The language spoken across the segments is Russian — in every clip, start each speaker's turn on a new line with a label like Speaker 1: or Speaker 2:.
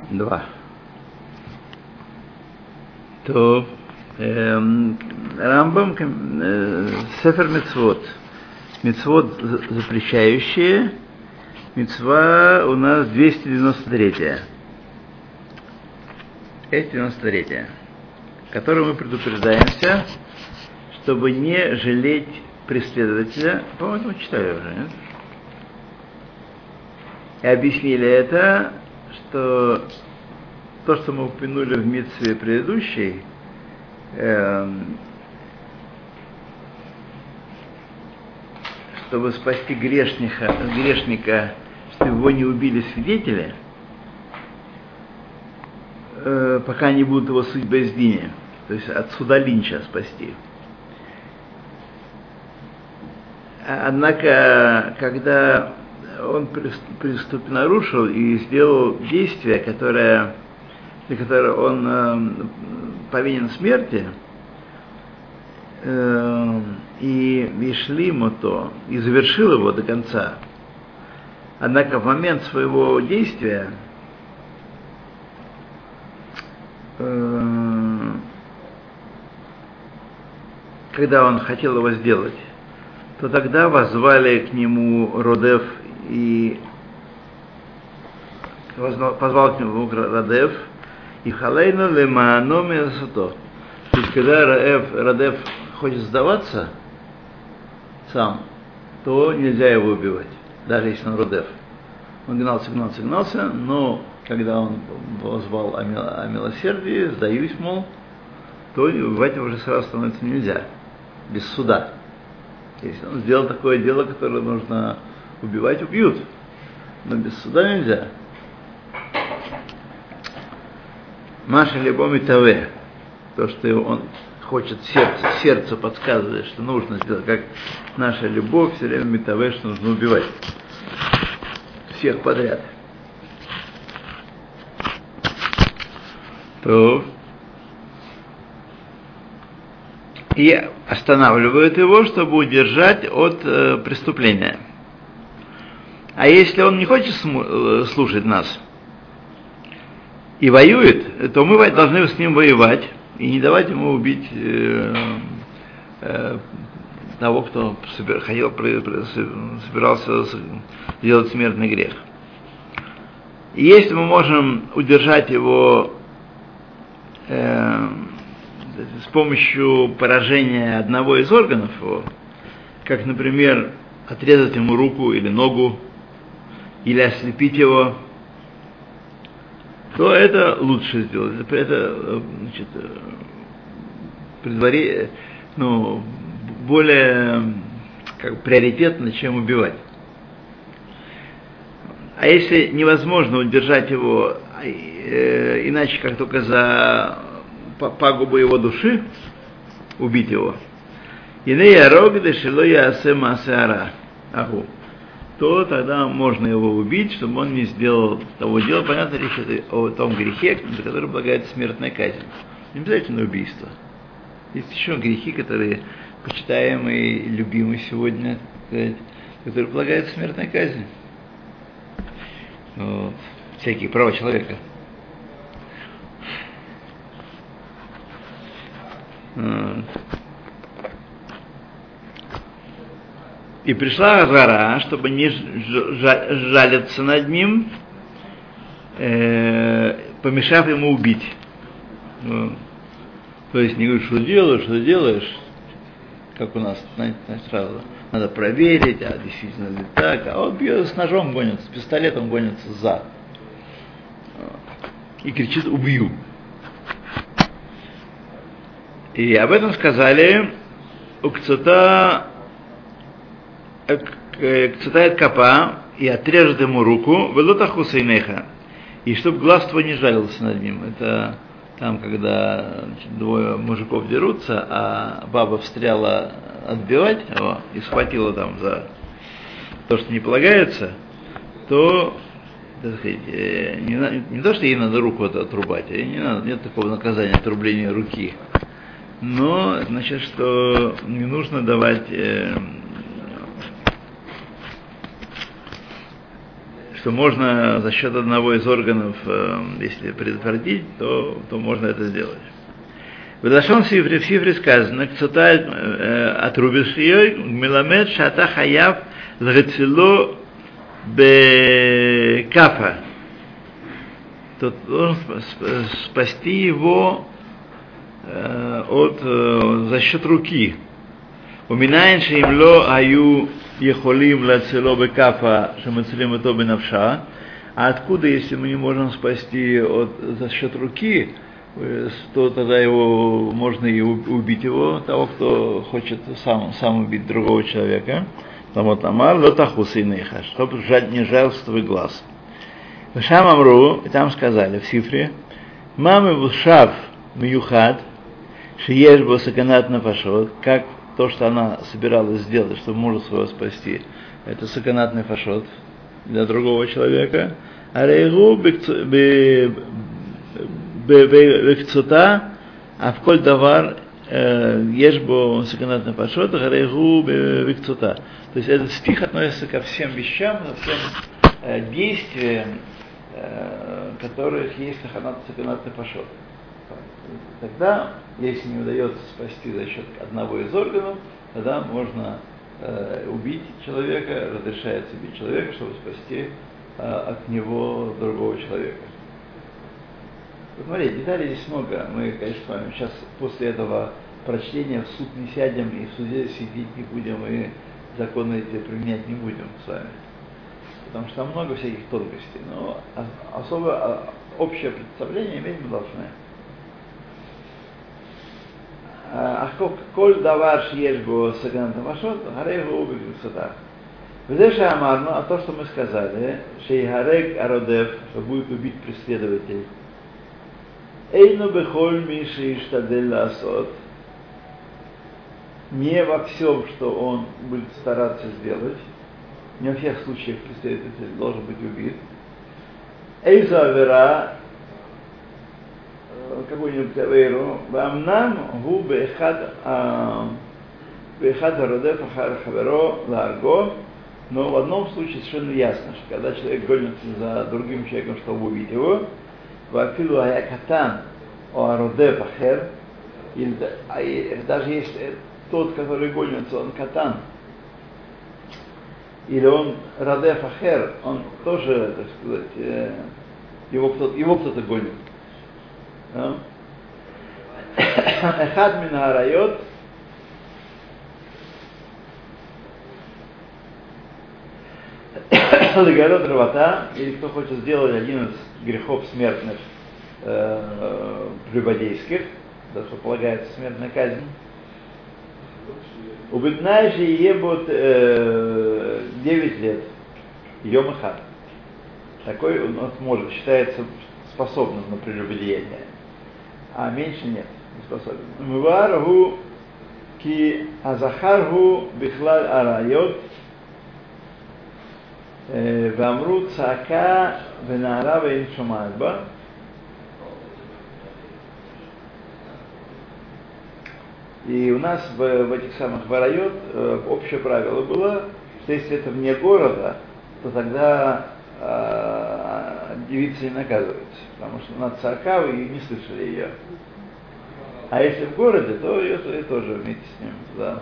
Speaker 1: Два. То Рамбам Сефер Мицвот. Мицвот запрещающие. Мицва у нас 293-я. 293-я. Которую мы предупреждаемся, чтобы не жалеть преследователя. По-моему, мы читали уже, нет? И объяснили это, что то, что мы упомянули в мицве предыдущей, чтобы спасти грешника, чтобы его не убили свидетели, пока не будут его судить Бейс-Дине, то есть от суда Линча спасти. Однако, когда он нарушил и сделал действие, за которое он повинен смерти, и Вишлимо то, и завершил его до конца. Однако в момент своего действия когда он хотел его сделать, то тогда воззвали к нему Родеф и позвал к нему Родеф и Халейну лемаано миасото. То есть, когда Родеф хочет сдаваться сам, то нельзя его убивать, даже если он Родеф. Он гнался, но когда он позвал о милосердии, сдаюсь, мол, то убивать его уже сразу становится нельзя, без суда. Если он сделал такое дело, которое нужно убивать, убьют, но без суда нельзя. Маша либоми таве, то, что он хочет, сердце подсказывает, что нужно сделать, как наша любовь все время митаве, что нужно убивать всех подряд. То и останавливают его, чтобы удержать от преступления. А если он не хочет слушать нас и воюет, то мы должны с ним воевать и не давать ему убить того, кто собирался сделать смертный грех. И если мы можем удержать его с помощью поражения одного из органов его, как, например, отрезать ему руку или ногу, или ослепить его, то это лучше сделать. Это, значит, более приоритетно, чем убивать. А если невозможно удержать его иначе, как только за пагубу его души, убить его, то тогда можно его убить, чтобы он не сделал того дела. Понятно, речь идет о том грехе, за который полагается смертная казнь. Не обязательно убийство. Есть еще грехи, которые почитаемые и любимые сегодня, которые полагается смертная казнь. Вот. Всякие права человека. И пришла Азара, чтобы не жалиться над ним, помешав ему убить. То есть не говорит, что делаешь, как у нас, знаете, сразу надо проверить, а действительно ли так, а он бьет с ножом гонится, с пистолетом гонится за. И кричит: убью. И об этом сказали Укцата капа, и отрежет ему руку, велота хусейнеха, и чтобы глаз твой не жалился над ним. Это там, когда двое мужиков дерутся, а баба встряла отбивать его и схватила там за то, что не полагается, то, так сказать, не то, что ей надо руку отрубать, не надо, нет такого наказания отрубления руки, но значит, что не нужно давать, что можно за счет одного из органов, если предотвратить, то можно это сделать. В Лашон Сифре, в Сифре сказано, кцота отрубишь ее, меламед шата хаяв лгецило бекафа. Тут должен спасти его за счет руки. Уминаем шеимло аю ехолим лацело бекафа шамацелим это бенавша. А откуда, если мы не можем спасти за счет руки, то тогда его можно и убить его, того, кто хочет сам убить другого человека. Там вот амар лотахусы нейха, чтобы не жал твой глаз. В Шамамру, и там сказали в Сифре, мамы вшав мюхад, шиеш бо саканат нафашот, как то, что она собиралась сделать, чтобы мужа своего спасти, это саканат нафашот для другого человека. А рейгу бекцота, а в коль давар еш бо саканат нафашот, а рейгу бекцота. То есть этот стих относится ко всем вещам, ко всем действиям, которых есть саканат нафашот. Тогда, если не удается спасти за счет одного из органов, тогда можно убить человека, разрешается убить человека, чтобы спасти от него другого человека. Посмотрите, деталей здесь много. Мы, конечно, с вами сейчас после этого прочтения в суд не сядем и в суде сидеть не будем, и законы эти применять не будем с вами. Потому что там много всяких тонкостей. Но особо общее представление иметь мы должны. А коль давар шиеш бо саканат нафашот, гарей го убив сатах. Везеше амарну, а то, что мы сказали, шей гарек ародев, что будет убить преследователь. Эйну бехоль миши иштадель ласот, не во всем, что он будет стараться сделать, не во всех случаях преследователь должен быть убит. Эйзу авера, какую-нибудь авейру, вамнам гу бехад ародев ахар хаверо ларго, но в одном случае совершенно ясно, что когда человек гонится за другим человеком, чтобы убить его, вафилу аякатан о ародев ахер, даже если тот, который гонится, он катан, или он родев ахер, он тоже, так сказать, его кто-то гонит. Эхад мин харайот Легарот Равата, или кто хочет сделать один из грехов смертных прелюбодейских, за что полагается смертная казнь. Убедная же ебут 9 лет. Йом Эхад. Такой он может, считается способным на прелюбодеяние. А меньше нет, не способен. Мваргу ки азахаргу бихлаль арайот вамру цака венара вейн шумальба. И у нас в этих самых варайот общее правило было, что если это вне города, то тогда девица не наказывается, потому что она цака, вы не слышали ее. А если в городе, то ее тоже вместе с ним. Да.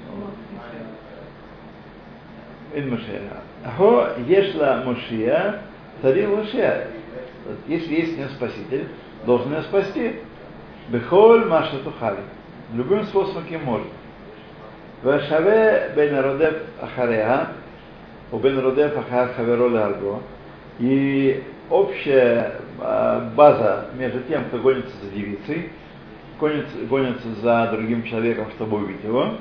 Speaker 1: Хо ешла Мошия, царил Мошия. Если есть у нее спаситель, должен ее спасти. Бехоль маша тухали. Любым способом, каким может. Вашаве бен родев ахареа, у бен родев ахар хаверо ларго. И общая база между тем, кто гонится за девицей, гонится за другим человеком, чтобы убить его.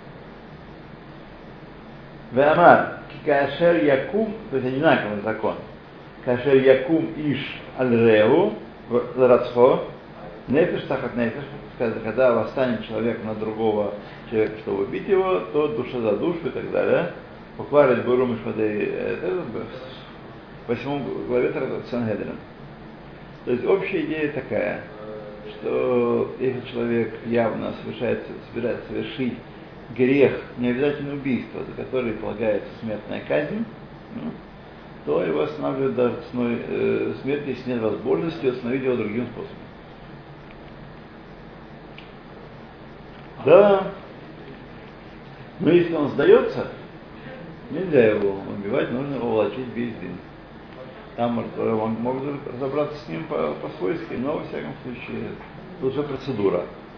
Speaker 1: Веамар, кашер якум, то есть одинаковый закон. Кашер якум иш аль-реу, зарацхо, нефиш тахат нефиш, когда восстанет человек на другого человека, чтобы убить его, то душа за душу и так далее. Буквально Бурум Ишвадей, в 8 главе Сангедрин. То есть общая идея такая, что если человек явно собирается совершить грех, не обязательно убийство, за который полагается смертная казнь, то его останавливает даже ценой смерти, если нет возможности остановить его другим способом. Да, но если он сдается, нельзя его убивать, нужно его волочить весь день. Там могут разобраться с ним по-свойски, но во всяком случае это уже процедура.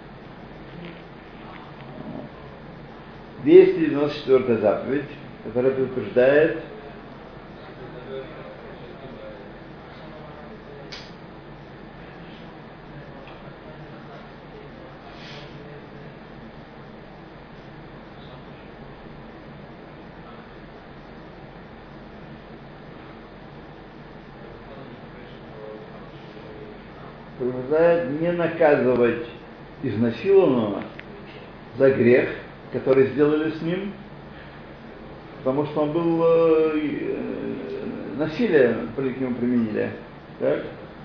Speaker 1: 294 заповедь, которая предупреждает не наказывать изнасилованного за грех, который сделали с ним, потому что он был насилие к нему применили, так?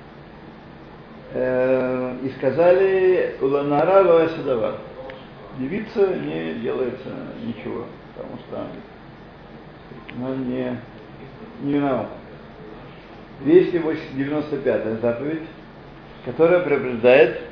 Speaker 1: И сказали уланара лоэсадава, девица не делается ничего, потому что она не виновата. 295 заповедь, которая предупреждает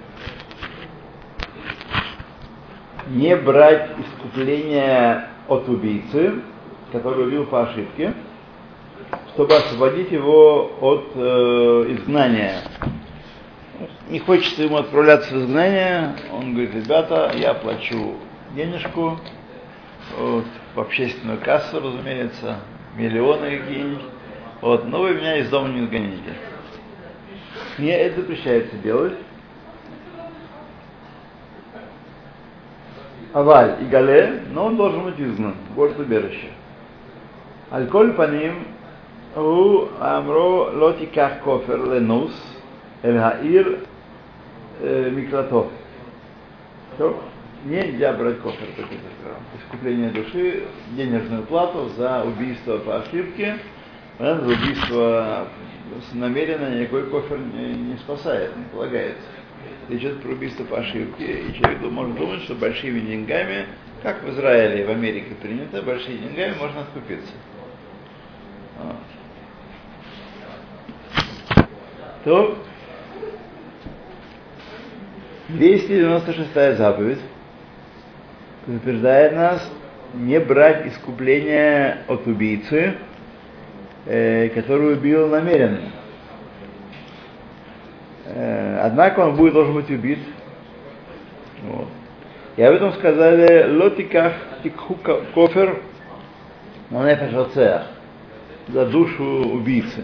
Speaker 1: не брать искупление от убийцы, который убил по ошибке, чтобы освободить его от изгнания. Не хочется ему отправляться в изгнание, он говорит: ребята, я плачу денежку в общественную кассу, разумеется, миллионы какие-нибудь, но вы меня из дома не изгоните. Мне это запрещается делать. Аваль и гале, но он должен быть изгнан в город-убежище. Аль-коль паним у амро лотиках кофер ленус эль-хаир миклато. Нельзя брать кофер, искупление души, денежную плату за убийство по ошибке. За убийство намеренно никакой кофер не спасает, не полагается. Речь идет про убийство по ошибке, и человек может думать, что большими деньгами, как в Израиле и в Америке принято, большими деньгами можно откупиться. То 296 заповедь предупреждает нас не брать искупление от убийцы, который убил намеренно. Однако он должен быть убит. Вот. И об этом сказали лотиках тикху кофер нанефеш оцеах, за душу убийцы.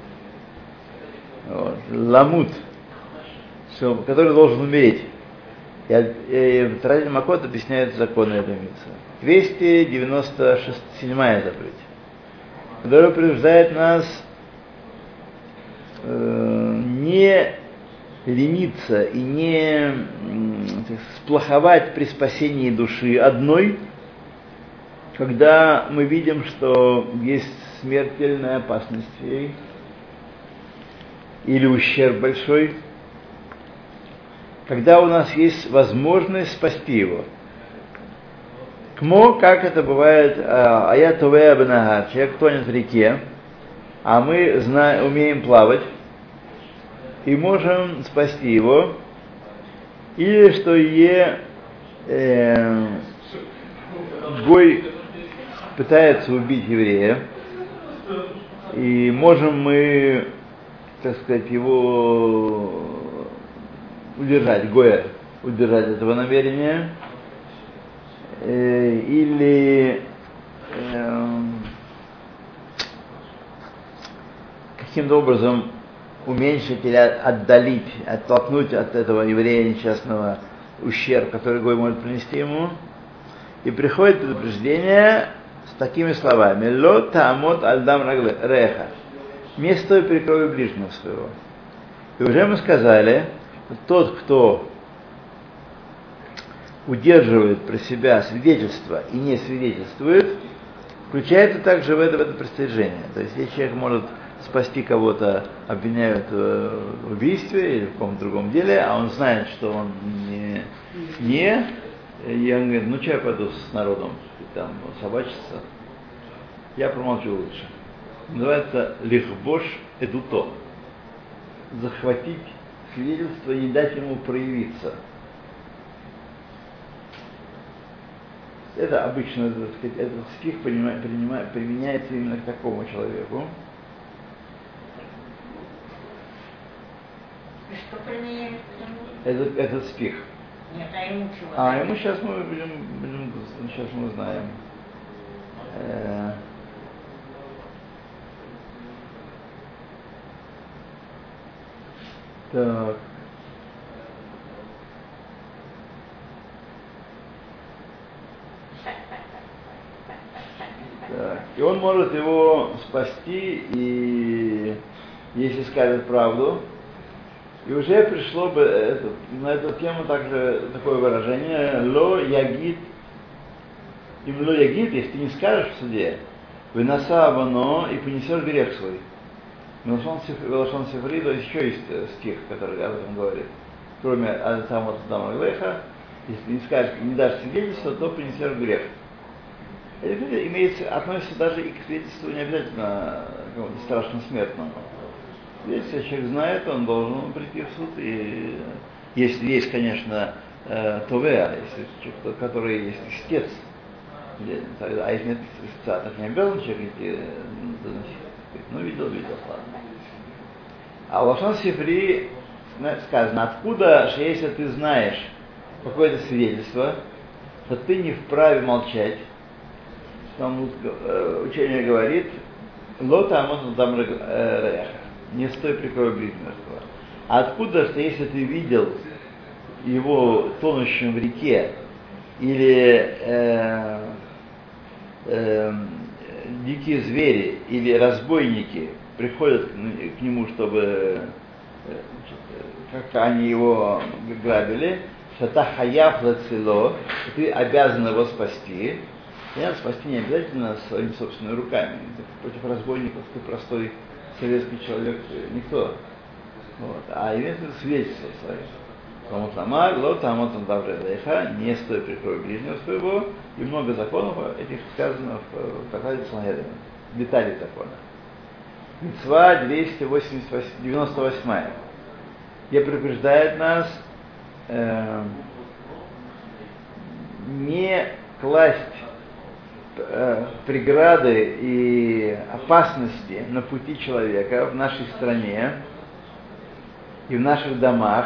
Speaker 1: Вот. Ламут, который должен умереть. И Традин Макот объясняет законы этой митцвы. 297 заповедь, которая предупреждает нас не лениться и не сплоховать при спасении души одной, когда мы видим, что есть смертельная опасность ей или ущерб большой, когда у нас есть возможность спасти его. Как это бывает, аят товея бенагар, человек тонет в реке, а мы умеем плавать и можем спасти его, или что Гой пытается убить еврея, и можем мы, так сказать, его удержать, Гоя, удержать этого намерения, или каким-то образом уменьшить или отдалить, оттолкнуть от этого еврея несчастного ущерб, который Гой может принести ему. И приходит предупреждение с такими словами: «Ло таамот альдам реха», «Не стой прикрой ближнего своего». И уже мы сказали, тот, кто удерживает про себя свидетельство и не свидетельствует, включается также в это предостережение. То есть, если человек может спасти кого-то, обвиняют в убийстве или в каком-то другом деле, а он знает, что он и он говорит: что я пойду с народом там собачиться, я промолчу лучше. Называется лихбош эдуто. Захватить свидетельство и не дать ему проявиться. Это обычно, так сказать, этот стих применяется именно к такому человеку.
Speaker 2: И что применяется к нему?
Speaker 1: Этот стих.
Speaker 2: Нет, а ему чего?
Speaker 1: Ему сейчас сейчас мы узнаем. Так. И он может его спасти, и если скажет правду. И уже пришло бы на эту тему также такое выражение «ло ягид». Им «ло ягид», если ты не скажешь в суде, «выноса вано» и понесешь грех свой. Велашон Сифри, то есть еще есть стих, который об этом говорит. Кроме Адама Леха, если ты не скажешь, не дашь свидетельство, то принесешь грех. Это относится даже и к свидетельству не обязательно какому-то страшно смертному. Если человек знает, он должен прийти в суд, и если есть, конечно, товеа, если человек, который есть истец, а если нет истца, так не обязан человек идти доносить. Ну, видел, ладно. А в Лашон Сифри сказано, откуда, что если ты знаешь какое-то свидетельство, то ты не вправе молчать. Там учение говорит, лота амон дам реха, не стой при крови ближнего. А откуда, что если ты видел его тонущим в реке, или дикие звери, или разбойники приходят к нему, чтобы как они его грабили, шата хаяв лацило, ты обязан его спасти. Понятно, спасти не обязательно своими собственными руками. Против разбойников ты простой советский человек, никто. Вот. А имеется свидетельство свое. Потому что Амар, лот, амот, давреха, не стой при крови ближнего своего, и много законов этих сказано в Тахаде Санхедрина. Детали закона. Мицва 298, где предупреждает нас не класть преграды и опасности на пути человека в нашей стране и в наших домах.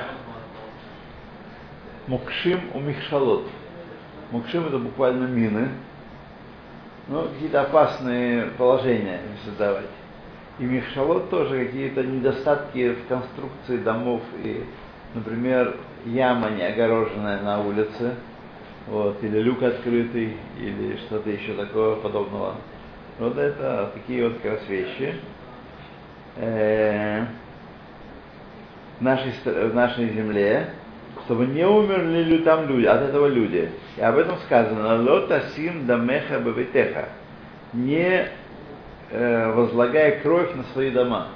Speaker 1: Мокшим у михшалот. Мокшим — это буквально мины, но какие-то опасные положения создавать. И михшалот тоже какие-то недостатки в конструкции домов, и, например, яма не огороженная на улице, вот, или люк открытый, или что-то еще такого подобного. Вот это такие вот как раз вещи. В нашей земле, чтобы не умерли там люди, от этого люди. И об этом сказано: «Ло тасим дамеха бавитеха», не возлагая кровь на свои дома.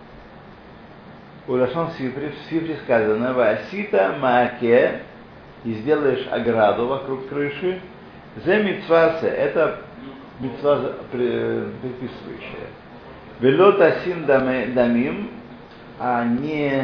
Speaker 1: У Лашон Сифри сказано: «Ваасита мааке», и сделаешь ограду вокруг крыши. Зе митцвасе, это митцва предписывающая. Вело тасим дамим, а не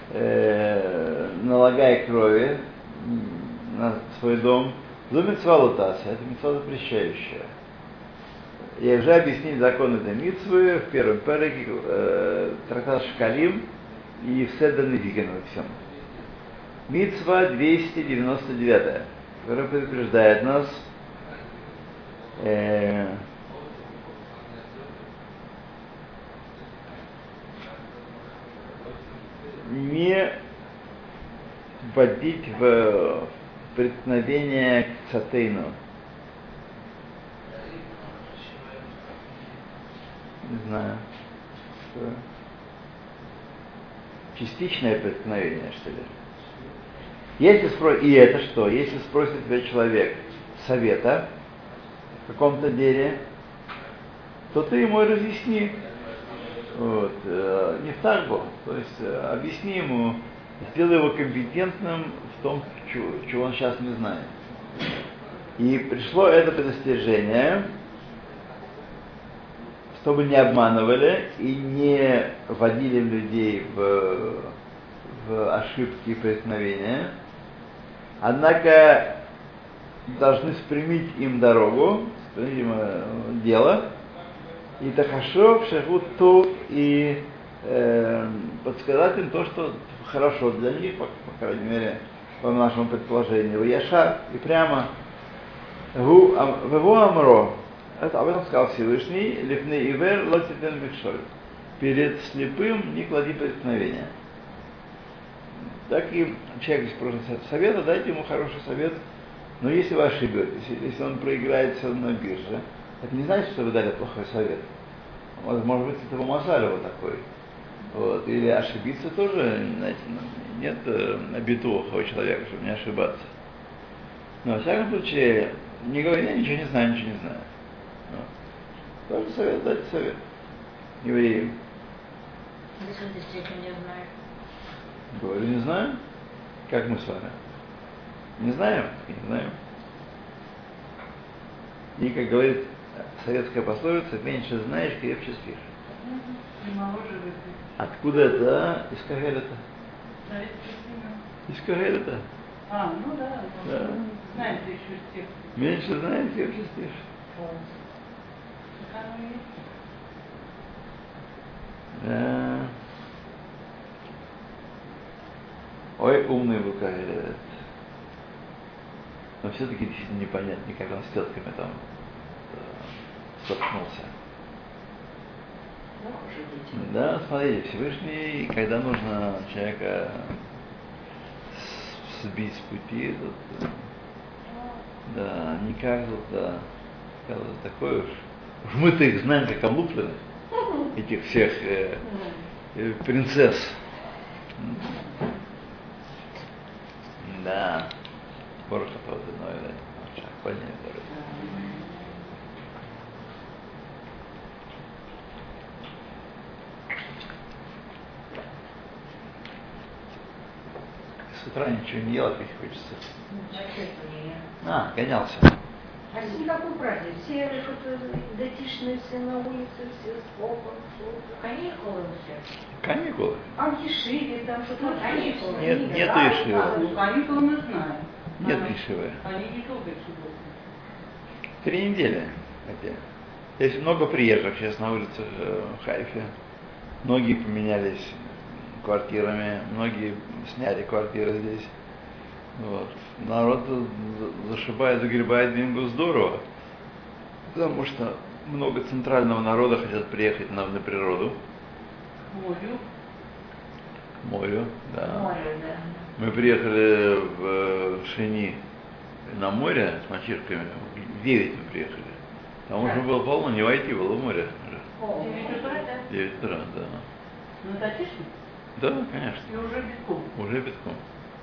Speaker 1: налагая крови на свой дом. Зо митцва лотаса, это митцва запрещающая. Я уже объяснил законы этой митцвы в первом переке, трактат Шкалим и в Седер Невиген во всем. Мицва 299, которая предупреждает нас не вводить в преткновение к цатейну. Не знаю. Что? Частичное преткновение, что ли? Если и это что? Если спросит тебя человек совета в каком-то деле, то ты ему разъясни. Вот, не в таргу, то есть объясни ему, сделай его компетентным в том, чего он сейчас не знает. И пришло это предостережение чтобы не обманывали и не вводили людей в ошибки и преткновения, однако должны спрямить им дорогу, спрямить им дело, и тахашов, шахут тув, и подсказать им то, что хорошо для них, по крайней мере, по нашему предположению. Яшар, и прямо Вегу Амро, об этом сказал Всевышний, Лифней Ивер Лотитен Микшоль. Перед слепым не клади преткновения. Так и человек спрашивает совета, дайте ему хороший совет. Но если вы ошибетесь, если он проиграется на бирже, это не значит, что вы дали плохой совет. Может быть, это Мазалева такой. Вот. Или ошибиться тоже, знаете, нет обетового у человека, чтобы не ошибаться. Но, во всяком случае, не говори, я ничего не знаю. Вот. Только совет, дайте совет. Евреям.
Speaker 2: Если ты человека не знаешь.
Speaker 1: Говорю, не знаю. Как мы с вами? Не знаем? Не знаем. И, как говорит советская пословица, меньше знаешь, крепче спишь. Откуда это? Из Кагелета. Из Кагелета.
Speaker 3: Ну да. Знаете еще стих.
Speaker 1: Меньше знаешь, крепче спишь. Да. Ой, умный был Кагелет. Но все-таки действительно непонятно, как он с тетками там столкнулся. Да, смотрите, Всевышний, когда нужно человека сбить с пути, тут, да, не как тут, такой уж мы-то их знаем, как облупленных, этих всех принцесс. Да. Хорошо, правда, но понятно. С утра ничего не ел, пить хочется. Гонялся.
Speaker 4: А сегодня какой праздник? Все детишные все на улице, все с попом,
Speaker 2: Каникулы все.
Speaker 1: Каникулы?
Speaker 4: А в Ешиве там что-то
Speaker 2: Каникулы.
Speaker 1: Нет Ешивы.
Speaker 3: Каникулы мы знаем.
Speaker 1: Нет Ешивы.
Speaker 3: Они не долго субботы.
Speaker 1: 3 недели. Хотя. Здесь много приезжих сейчас на улицах в Хайфе. Многие поменялись квартирами, многие сняли квартиры здесь. Вот. Народ зашибает, загребает деньгу здорово, потому что много центрального народа хотят приехать на природу. Морю, да.
Speaker 2: Море, да.
Speaker 1: Мы приехали в Шени на море с мальчишками, в 9 мы приехали. Там уже было полно, не войти было в море. 9 утра, да.
Speaker 3: Ну это отлично?
Speaker 1: Да, конечно.
Speaker 3: И уже битком.
Speaker 1: Уже битком.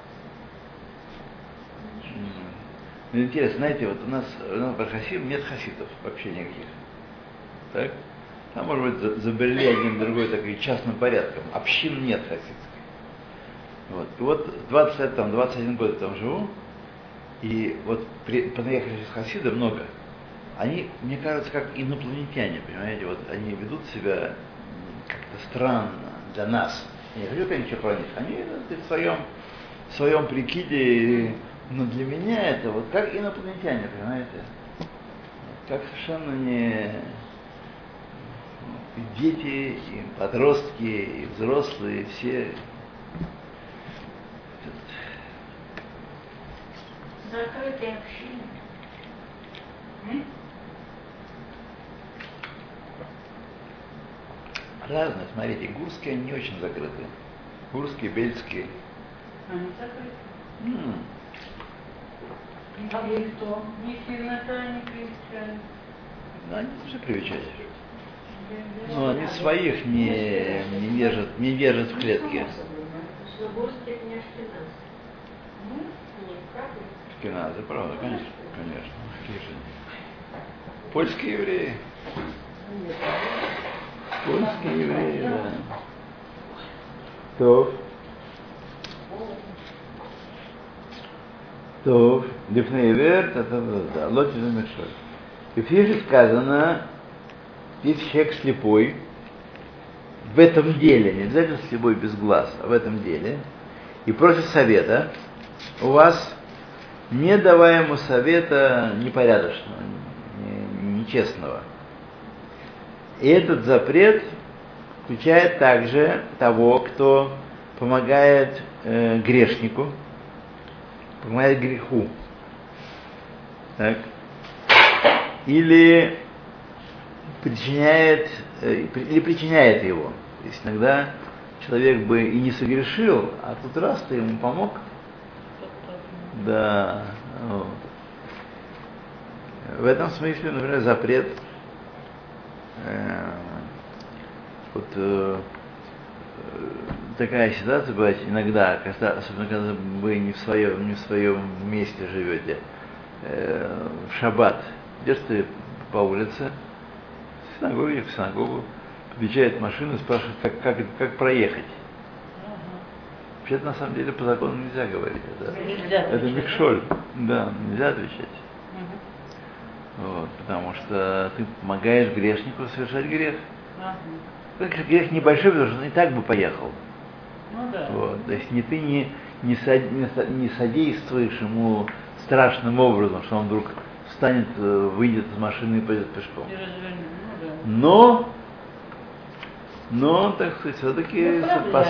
Speaker 1: Ну, интересно, знаете, вот у нас в Ар-Хасим нет хасидов вообще никаких. Так? Там, может быть, забрели один другой такой частным порядком. Общин нет хасидских. Вот. И вот 20 лет там, 21 год там живу, и вот понаехали из хасида много. Они, мне кажется, как инопланетяне, понимаете, вот они ведут себя как-то странно для нас. Я не хочу ничего про них. Они в своем прикиде, но для меня это вот как инопланетяне, понимаете? Как совершенно не и дети, и подростки, и взрослые, все.
Speaker 2: Закрытые общины.
Speaker 1: Разные, смотрите, гурские они не очень закрыты. Гурские, бельские.
Speaker 3: Они закрыты.
Speaker 4: А вы кто?
Speaker 3: Не сильно-то они кричали.
Speaker 1: Ну, они тоже привечали. Но они своих не держат в клетке.
Speaker 4: Слободский это не Ашкеназ. Нет, правда?
Speaker 1: Ашкеназы, правда, конечно. Конечно. Какие же они? Польские евреи. Польские евреи, да. То, Лифней Вер, Лотин Мешоль. И в Фише сказано, если человек слепой, в этом деле, не обязательно слепой без глаз, а в этом деле, и просит совета, у вас не давая ему совета непорядочного, нечестного. И этот запрет включает также того, кто помогает грешнику, помогает греху. Так. Или причиняет его. То есть иногда человек бы и не согрешил, а тут раз ты ему помог. Да. Вот. В этом смысле, например, запрет такая ситуация бывает иногда, особенно когда вы не в своем месте живете, в шаббат, идешь ты по улице, в синагогу, подъезжает машина и спрашивает, как проехать. Вообще-то на самом деле по закону нельзя говорить. Это микшоль. Да, нельзя отвечать. Вот, потому что ты помогаешь грешнику совершать грех. Грех небольшой, потому что он и так бы поехал.
Speaker 3: Ну да.
Speaker 1: Вот, то есть ты не содействуешь ему страшным образом, что он вдруг встанет, выйдет из машины и пойдет пешком. Но, так сказать, все-таки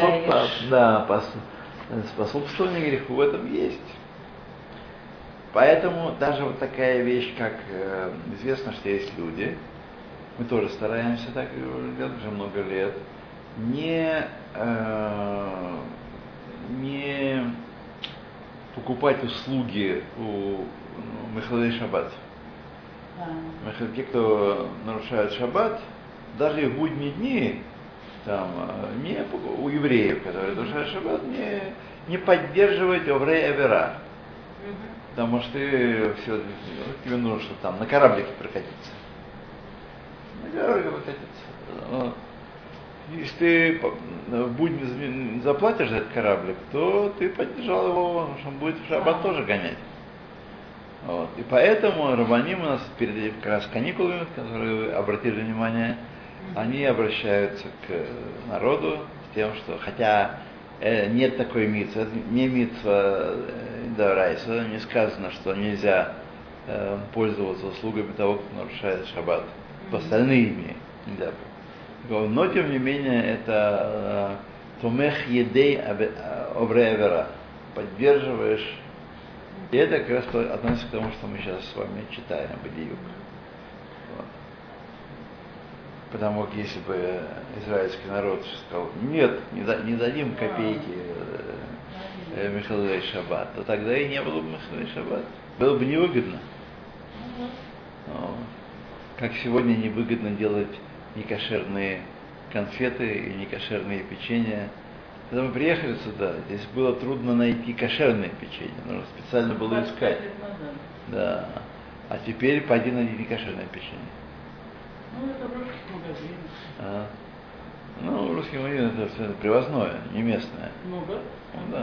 Speaker 1: способствование греху в этом есть. Поэтому даже вот такая вещь, как известно, что есть люди, мы тоже стараемся так делать уже много лет, не покупать услуги у Мехалей Шаббат. Те, кто нарушают Шаббат, даже и в будние дни, там, у евреев, которые нарушают Шаббат, не поддерживать оврей авера. Потому что тебе нужно, чтобы там на кораблике прокатиться. Если ты в будни заплатишь за этот кораблик, то ты поддержал его, что он будет в шаббат тоже гонять. Вот. И поэтому рабаним у нас перед этим как раз каникулами, которые вы обратили внимание, они обращаются к народу с тем, что хотя нет такой мицвы, не мицва д'орайса, не сказано, что нельзя пользоваться услугами того, кто нарушает шаббат. В остальные дни нельзя. Но, тем не менее, это томех едей обре авера. Поддерживаешь. И это как раз относится к тому, что мы сейчас с вами читаем, Бадиюк. Вот. Потому как если бы израильский народ сказал, нет, не дадим копейки Мехалей Шаббат, то тогда и не было бы Мехалей Шаббат. Было бы невыгодно. Как сегодня невыгодно делать некошерные конфеты и некошерные печенья. Когда мы приехали сюда, здесь было трудно найти кошерное печенье, нужно специально было искать. Да. А теперь пойди найди некошерное печенье.
Speaker 3: Ну, это в русских магазинах.
Speaker 1: Ну, русский магазин это все привозное, не местное.
Speaker 3: Ну да.
Speaker 1: Да.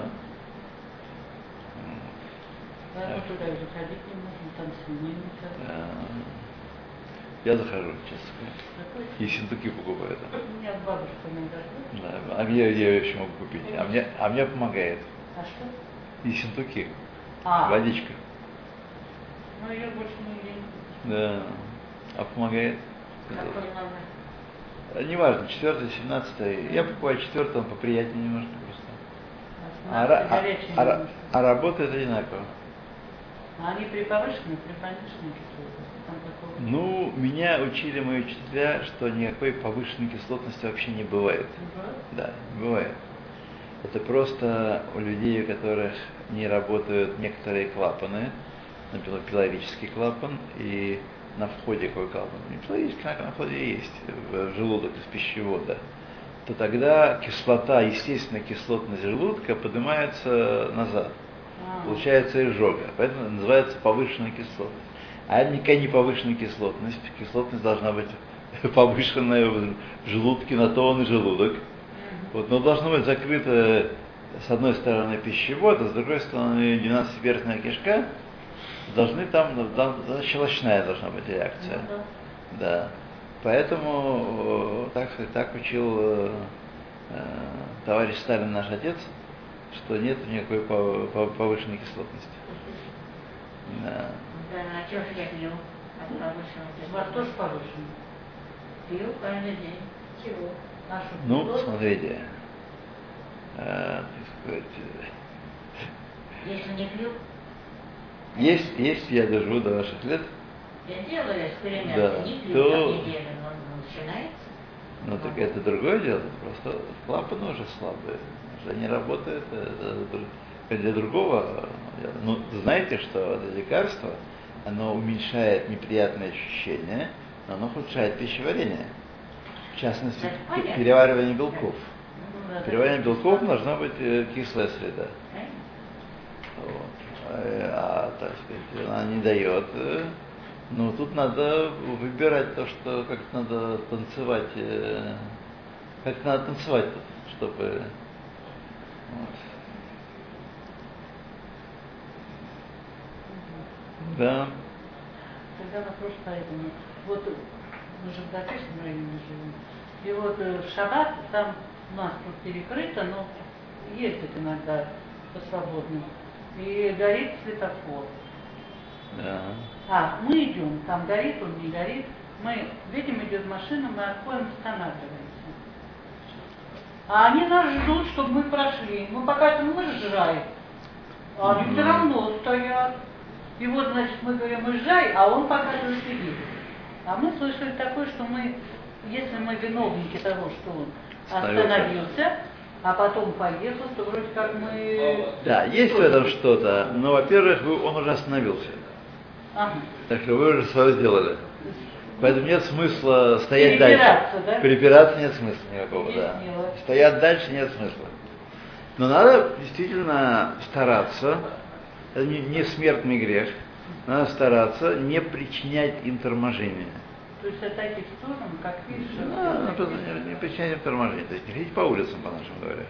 Speaker 3: Да, мы туда и заходить не можем, там свининка.
Speaker 1: Я захожу, честно сказать. И синтуки покупаю там.
Speaker 3: У меня бабушка мне дает.
Speaker 1: Да, а я еще могу купить. А мне помогает.
Speaker 3: А что?
Speaker 1: И синтуки. Водичка.
Speaker 3: Ну, ее больше не ем.
Speaker 1: Да. А помогает?
Speaker 2: Какой номер?
Speaker 1: Неважно, 4, 17. Я покупаю 4, он поприятнее немножко просто. А работает одинаково.
Speaker 3: А они при повышенной, при пониженной кислотности?
Speaker 1: Ну, меня учили мои учителя, что никакой повышенной кислотности вообще не бывает. Да, не бывает. Это просто у людей, у которых не работают некоторые клапаны, например, пилорический клапан, и на входе какой клапан? Не пилорический, на входе есть, в желудок из пищевода, то тогда кислота, естественно, кислотность желудка поднимается назад. Получается изжога. Поэтому называется повышенная кислотность. А это никакая не повышенная кислотность. Кислотность должна быть повышенная в желудке, на то он и желудок. Вот, но должно быть закрыто с одной стороны пищевод, а с другой стороны 12-перстная кишка. Должны там щелочная должна быть реакция. Да. Поэтому, так сказать, так учил товарищ Сталин, наш отец, что нет никакой повышенной кислотности. Да.
Speaker 2: Да, а чего же я пью от повышенного
Speaker 3: У вас тоже повышено?
Speaker 2: Пью каждый день.
Speaker 4: Чего?
Speaker 3: Нашу
Speaker 1: Ну,
Speaker 3: кислоту?
Speaker 1: смотрите, так сказать,
Speaker 2: Если не пью,
Speaker 1: если я доживу до ваших лет,
Speaker 2: я делаю эксперимент,
Speaker 1: Да,
Speaker 2: не пью
Speaker 1: то-
Speaker 2: там неделю, но начинается.
Speaker 1: ну так это другое дело, просто клапаны уже слабые, уже не работают, это для другого. Ну, знаете, что это лекарство, оно уменьшает неприятные ощущения, но оно ухудшает пищеварение, в частности,
Speaker 2: Это понятно.
Speaker 1: переваривание белков.
Speaker 2: Ну, да,
Speaker 1: Переваривание
Speaker 2: да.
Speaker 1: белков должна быть кислая среда.
Speaker 2: Правильно?
Speaker 1: Вот. Так сказать, она не дает. Ну, тут надо выбирать то, что как-то надо танцевать, как надо танцевать, чтобы... Вот. Да.
Speaker 3: Тогда вопрос поэтому. Вот мы же в Дакешном районе живем. И вот в шаббат там у нас тут перекрыто, но ездит иногда по свободным. И горит светофор.
Speaker 1: Да.
Speaker 3: Мы идем, там горит, он не горит. Мы видим, идет машина, мы отходим, останавливаемся. А они нас ждут, чтобы мы прошли. Мы пока мы жрай. А они все равно стоят. И вот, значит, мы говорим, езжай, а он показывает и едет. А мы слышали такое, что мы, если мы виновники того, что он остановился, а потом поехал, то вроде как мы...
Speaker 1: Да, есть в этом что-то, но, во-первых, он уже остановился.
Speaker 3: Ага.
Speaker 1: Так что вы уже свое сделали. Поэтому нет смысла стоять
Speaker 3: Перепираться,
Speaker 1: дальше.
Speaker 3: да?
Speaker 1: Перепираться нет смысла никакого, да.
Speaker 3: Объяснила.
Speaker 1: Стоять дальше нет смысла. Но надо действительно стараться, это не смертный грех, надо стараться не причинять им торможения.
Speaker 3: То есть отойти в сторону, как видишь,
Speaker 1: Да, не причинять им торможения. То есть не ходить по улицам, по-нашему говоря.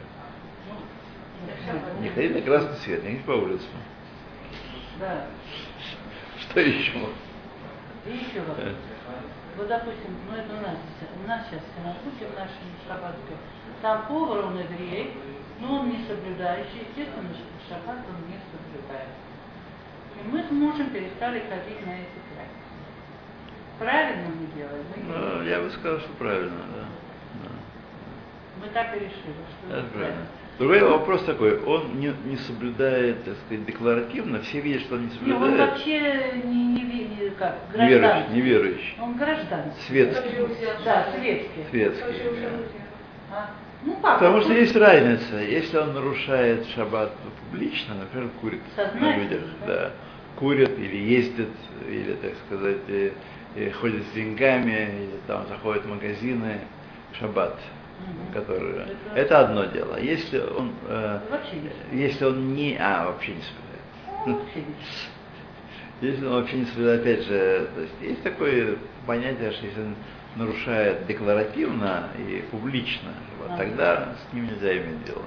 Speaker 1: Не ходить на красный свет, не ходить по улицам.
Speaker 3: да.
Speaker 1: Что еще?
Speaker 3: И еще вопрос. Вот, допустим, ну это у нас сейчас в синагоге в нашей шаббатской, там повар, он еврей, но он не соблюдающий, естественно, шаббат он не соблюдает. И мы с мужем перестали ходить на эти праздники. Правильно мы делаем?
Speaker 1: Ну, я бы сказал, что правильно, да.
Speaker 3: Мы так и решили, что
Speaker 1: Это правильно. Другой вопрос такой, он не соблюдает, так сказать, декларативно, все видят, что он не
Speaker 3: Не,
Speaker 1: соблюдает.
Speaker 3: он вообще как, гражданский.
Speaker 1: Неверующий.
Speaker 3: Он гражданский.
Speaker 1: Светский.
Speaker 3: Да, светский.
Speaker 1: Светский.
Speaker 3: А? Ну как?
Speaker 1: Потому
Speaker 3: вот
Speaker 1: что
Speaker 3: тут-
Speaker 1: есть разница. Если он нарушает шаббат публично, например, курит на
Speaker 3: Сознательно,
Speaker 1: людях,
Speaker 3: да?
Speaker 1: да, курит или ездит, или, так сказать, ходит с деньгами, или там заходит в магазины в шаббат. Которые... Это одно дело. Если он,
Speaker 3: Вообще не
Speaker 1: если он не... вообще не соблюдает.
Speaker 3: вообще не
Speaker 1: Если он вообще не соблюдает, опять же, то есть такое понятие, что если он нарушает декларативно и публично, вот, тогда с ним нельзя иметь дело.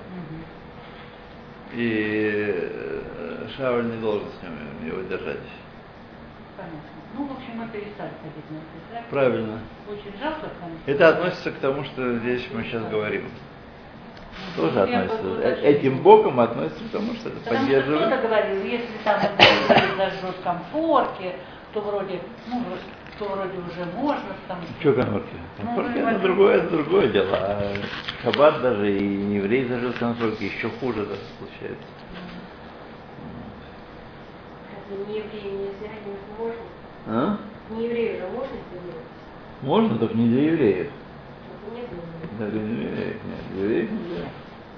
Speaker 1: И Шауль не должен с ним его держать.
Speaker 3: Понятно. Ну, в общем, мы перестали ходить на эти праздники.
Speaker 1: Правильно.
Speaker 3: Очень жалко, конечно.
Speaker 1: Это относится к тому, что здесь мы сейчас говорим. Тоже
Speaker 3: Я
Speaker 1: относится.
Speaker 3: бы даже-
Speaker 1: Этим боком относится к тому, что это
Speaker 3: Потому что
Speaker 1: поддерживает.
Speaker 3: кто-то говорил, если там например, зажжет комфорки, то вроде уже можно там.
Speaker 1: Что конфорки?
Speaker 3: Ну,
Speaker 1: Конфорки
Speaker 3: ну,
Speaker 1: это другое дело. А шаббат даже и не еврей зажил конфорки, еще хуже даже случается.
Speaker 4: Не еврею нельзя, не можно.
Speaker 1: А?
Speaker 4: Не еврею же можно это делать?
Speaker 1: Можно, только не для евреев.
Speaker 4: Это не было.
Speaker 1: Да, для евреев нет. Для евреев нельзя.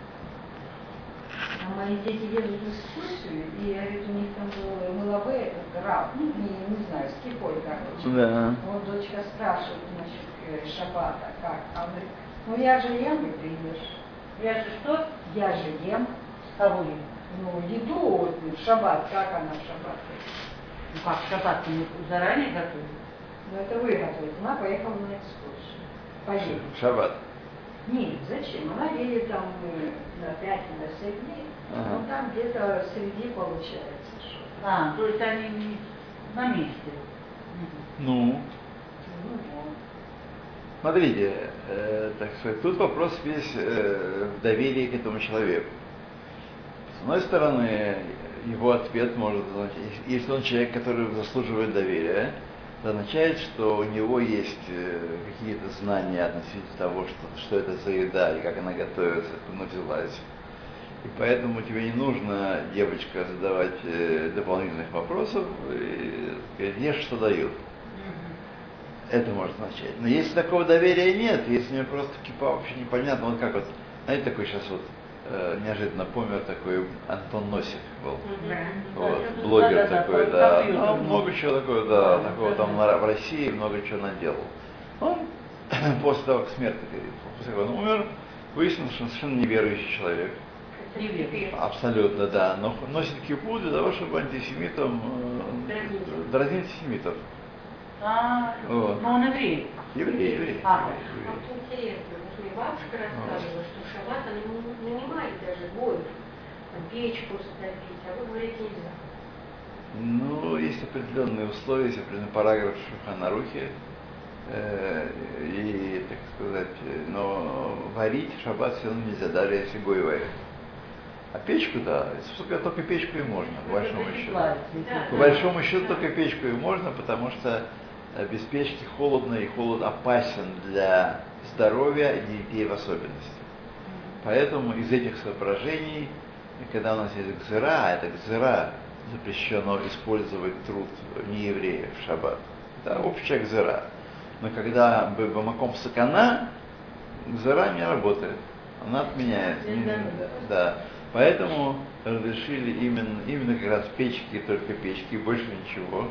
Speaker 5: А мои дети едут в экскурсию, и говорит, у них там был Мылабе, этот раб, не знаю, с кипой, короче.
Speaker 1: Да.
Speaker 5: Вот дочка спрашивает насчет шаббата, как? А он говорит, ну я же ем, и приешь.
Speaker 3: Я же что?
Speaker 5: Я же ем.
Speaker 3: Кого ем?
Speaker 5: Ну, еду вот, в шаббат, как она в шаббат?
Speaker 3: Ну как, шаббат мы заранее готовим?
Speaker 5: Ну это вы готовите. Она поехала на экскурсию. Поедет.
Speaker 1: Шаббат.
Speaker 5: Нет, зачем? Она едет там на 5 или на 7 дней.
Speaker 1: Ага.
Speaker 5: Ну там где-то среди получается что-то.
Speaker 3: То есть они не на месте.
Speaker 1: Ну.
Speaker 5: Ну вот.
Speaker 1: Смотрите, так сказать, тут вопрос весь в доверии к этому человеку. С одной стороны, его ответ может означать, если он человек, который заслуживает доверия, это означает, что у него есть какие-то знания относительно того, что это за еда и как она готовится, откуда она взялась. И поэтому тебе не нужно, девочка, задавать дополнительных вопросов, и сказать, ешь, что дают. Это может означать. Но если такого доверия нет, если мне просто кипа вообще непонятно, вот как вот, знаете, такой сейчас вот неожиданно помер такой Антон Носик был. Вот, блогер такой, да. Ну, много чего такого, да, такого там в России много чего наделал. Он после того, как смерть, после того, как он умер, выяснилось, что он совершенно неверующий человек. Абсолютно, да. Но носит кипу для того, чтобы антисемитам дразнить антисемитов.
Speaker 3: Вот. Но он еврей.
Speaker 1: Еврей.
Speaker 4: Вот интересно, вот мне бабушка рассказывала, что в шаббат она не нанимает даже воев, там печку затопить, а вы говорите нельзя.
Speaker 1: Ну, есть определенные условия, есть определенный параграф в Шулхан Арухе, и, так сказать, но варить в шаббат все равно нельзя, даже если гой варит. А печку, да, только печку и можно, по большому счету. По большому счету только печку и можно, потому что без печки холодно, и холод опасен для здоровья и детей в особенности. Поэтому из этих соображений, когда у нас есть гзера, а это гзера, запрещено использовать труд неевреев в шаббат. Это общая гзера. Но когда бамаком сакана, гзера не работает. Она отменяется. Да. Поэтому разрешили именно как раз печки, только печки, больше ничего.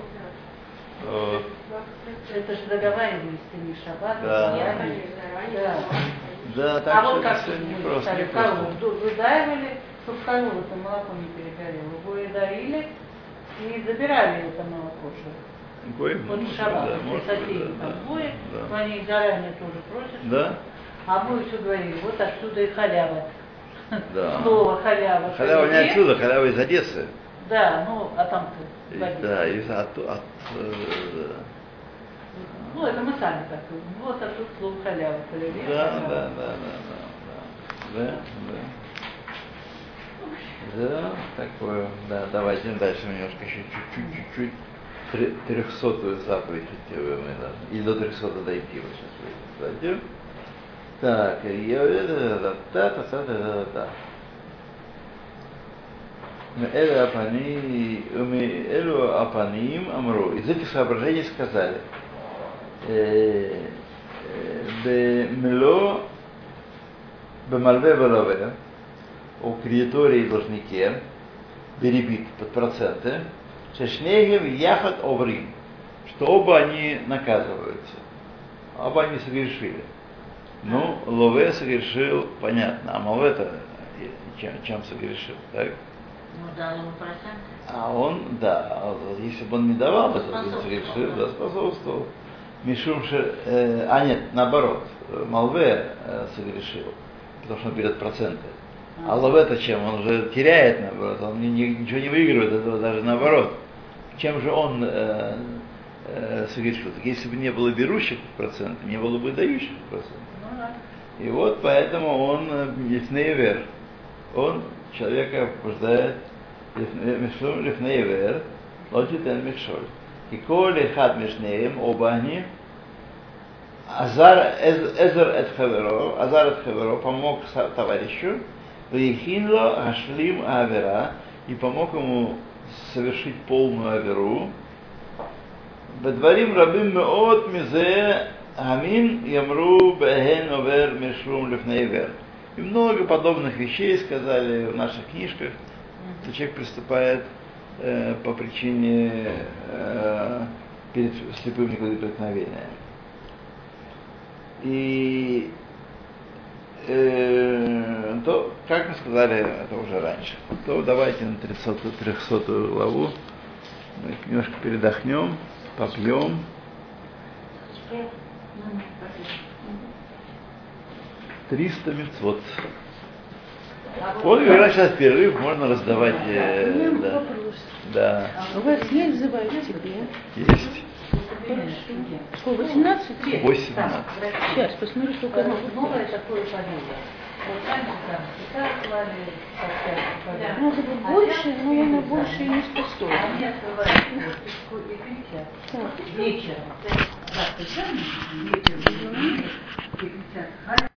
Speaker 3: Это же договаривались с ними шаббат,
Speaker 1: да. Да, так
Speaker 3: а
Speaker 1: что
Speaker 3: вот как
Speaker 1: все
Speaker 3: мы
Speaker 1: непросто.
Speaker 3: стали корову, выдаивали, чтобы корова-то молоко не перегорело. Вы дарили и забирали это молоко. Вот в шаббат, если соседи там двое, то они заранее тоже просят.
Speaker 1: Да?
Speaker 3: А мы все говорили, вот отсюда и халява.
Speaker 1: Да.
Speaker 3: Слово халява.
Speaker 1: Халява не отсюда, халява из Одессы.
Speaker 3: Да, ну, а там-то.
Speaker 1: Да,
Speaker 3: ну, это мы сами так. Вот оттуда слово халява.
Speaker 1: Да, такое. Да, давайте дальше немножко еще чуть-чуть 300-ю заповедь мы должны. И до 300 дойти вот сейчас дойдем. Так, Элю Апаним Амру. Из этих соображений сказали. Бемело Бемальве Велове у кредиторе и должнике беребит под проценты Шешнегев Яхат Оврим, что оба они наказываются, оба они согрешили. Ну, Лове согрешил, понятно, а Малве-то чем согрешил, так?
Speaker 2: Ну, дал ему проценты.
Speaker 1: А он, да, если бы он не давал, то он согрешил, да, способствовал. Мишумши, нет, наоборот, Малве согрешил, потому что он берет проценты. А Лове-то чем? Он уже теряет, наоборот, он ничего не выигрывает от этого, даже наоборот. Чем же он согрешил? Так если бы не было берущих процентов, не было бы дающих процентов. И вот поэтому он лифнейвер, он человека побуждает лифнейвер, лотитен мишоль. И коли хад мишнеем, оба они, Азар эт хаверо, помог товарищу, вейхинло ашлим авера, и помог ему совершить полную аверу. Бедварим рабим меот мизе амин ямру бехен овер мишрум лифнейвер. И много подобных вещей сказали в наших книжках, что человек приступает по причине перед слепым неповиновения. И то, как мы сказали это уже раньше, то давайте на 300-ю главу мы немножко передохнем, попьем. 300 мицвот. Вот как раз сейчас перерыв, можно раздавать.
Speaker 6: У меня вопрос.
Speaker 1: Да.
Speaker 6: У вас есть забавить тебе?
Speaker 1: Есть.
Speaker 3: Сколько, 18?
Speaker 1: 18.
Speaker 3: Сейчас, посмотрю, сколько
Speaker 2: Новое такое поверье. Вот раньше там цвета клали, как-то.
Speaker 3: Надо бы больше, но я на больше и не способна.
Speaker 2: Они открывают и кричат. Вечером. Так, вечером, и кричат.